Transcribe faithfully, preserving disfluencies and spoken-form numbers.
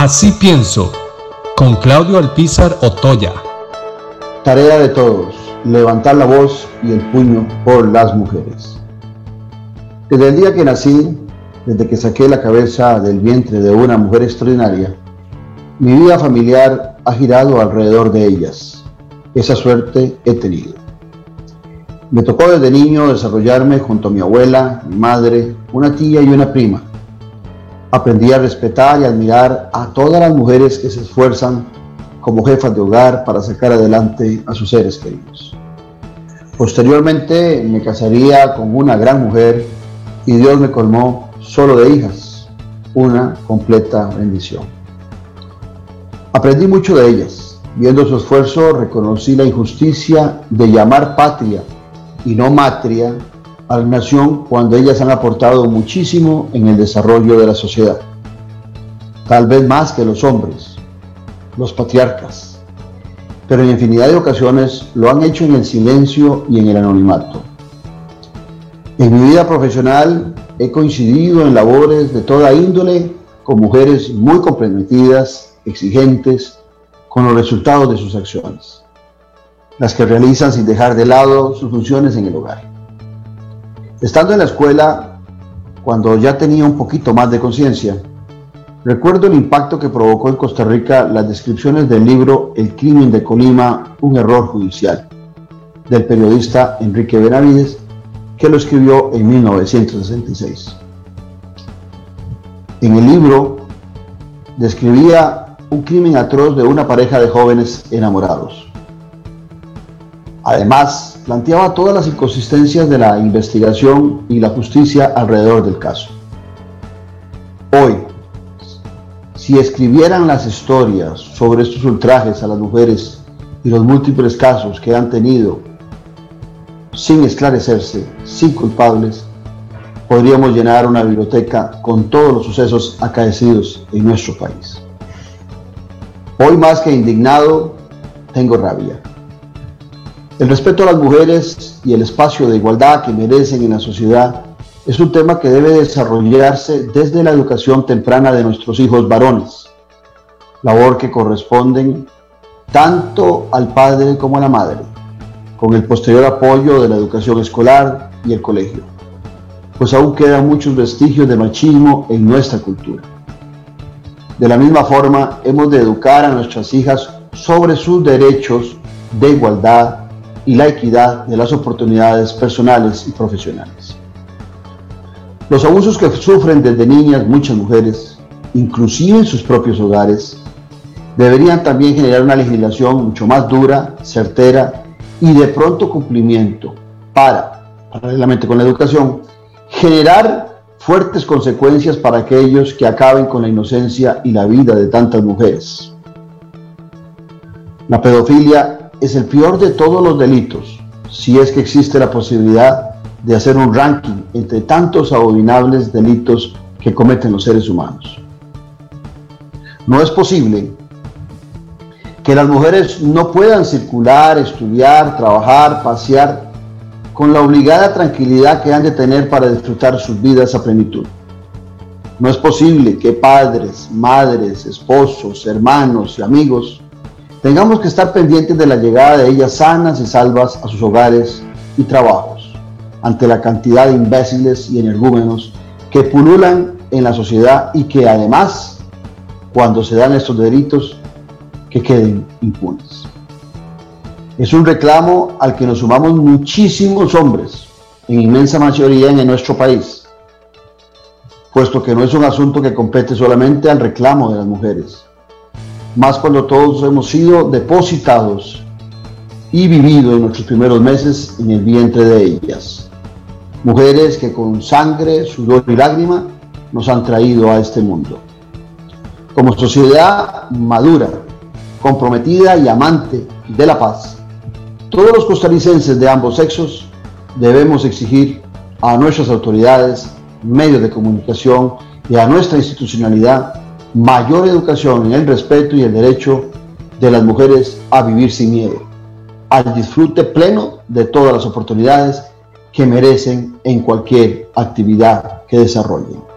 Así pienso, con Claudio Alpizar Otoya. Tarea de todos, levantar la voz y el puño por las mujeres. Desde el día que nací, desde que saqué la cabeza del vientre de una mujer extraordinaria, mi vida familiar ha girado alrededor de ellas. Esa suerte he tenido. Me tocó desde niño desarrollarme junto a mi abuela, mi madre, una tía y una prima. Aprendí a respetar y admirar a todas las mujeres que se esfuerzan como jefas de hogar para sacar adelante a sus seres queridos. Posteriormente me casaría con una gran mujer y Dios me colmó solo de hijas, una completa bendición. Aprendí mucho de ellas. Viendo su esfuerzo, reconocí la injusticia de llamar patria y no matria a la nación cuando ellas han aportado muchísimo en el desarrollo de la sociedad. Tal vez más que los hombres, los patriarcas, pero en infinidad de ocasiones lo han hecho en el silencio y en el anonimato. En mi vida profesional he coincidido en labores de toda índole con mujeres muy comprometidas, exigentes, con los resultados de sus acciones, las que realizan sin dejar de lado sus funciones en el hogar. Estando en la escuela, cuando ya tenía un poquito más de conciencia, recuerdo el impacto que provocó en Costa Rica las descripciones del libro El crimen de Colima, un error judicial, del periodista Enrique Benavides, que lo escribió en mil novecientos sesenta y seis. En el libro describía un crimen atroz de una pareja de jóvenes enamorados. Además, planteaba todas las inconsistencias de la investigación y la justicia alrededor del caso. Hoy, si escribieran las historias sobre estos ultrajes a las mujeres y los múltiples casos que han tenido sin esclarecerse, sin culpables, podríamos llenar una biblioteca con todos los sucesos acaecidos en nuestro país. Hoy más que indignado, tengo rabia. El respeto a las mujeres y el espacio de igualdad que merecen en la sociedad es un tema que debe desarrollarse desde la educación temprana de nuestros hijos varones, labor que corresponden tanto al padre como a la madre, con el posterior apoyo de la educación escolar y el colegio, pues aún quedan muchos vestigios de machismo en nuestra cultura. De la misma forma, hemos de educar a nuestras hijas sobre sus derechos de igualdad y la equidad de las oportunidades personales y profesionales. Los abusos que sufren desde niñas muchas mujeres, inclusive en sus propios hogares, deberían también generar una legislación mucho más dura, certera y de pronto cumplimiento para, paralelamente con la educación, generar fuertes consecuencias para aquellos que acaben con la inocencia y la vida de tantas mujeres. La pedofilia es el peor de todos los delitos, si es que existe la posibilidad de hacer un ranking entre tantos abominables delitos que cometen los seres humanos. No es posible que las mujeres no puedan circular, estudiar, trabajar, pasear, con la obligada tranquilidad que han de tener para disfrutar sus vidas a plenitud. No es posible que padres, madres, esposos, hermanos y amigos tengamos que estar pendientes de la llegada de ellas sanas y salvas a sus hogares y trabajos, ante la cantidad de imbéciles y energúmenos que pululan en la sociedad y que además, cuando se dan estos delitos, que queden impunes. Es un reclamo al que nos sumamos muchísimos hombres, en inmensa mayoría en nuestro país, puesto que no es un asunto que compete solamente al reclamo de las mujeres, más cuando todos hemos sido depositados y vivido en nuestros primeros meses en el vientre de ellas. Mujeres que con sangre, sudor y lágrima nos han traído a este mundo. Como sociedad madura, comprometida y amante de la paz, todos los costarricenses de ambos sexos debemos exigir a nuestras autoridades, medios de comunicación y a nuestra institucionalidad mayor educación en el respeto y el derecho de las mujeres a vivir sin miedo, al disfrute pleno de todas las oportunidades que merecen en cualquier actividad que desarrollen.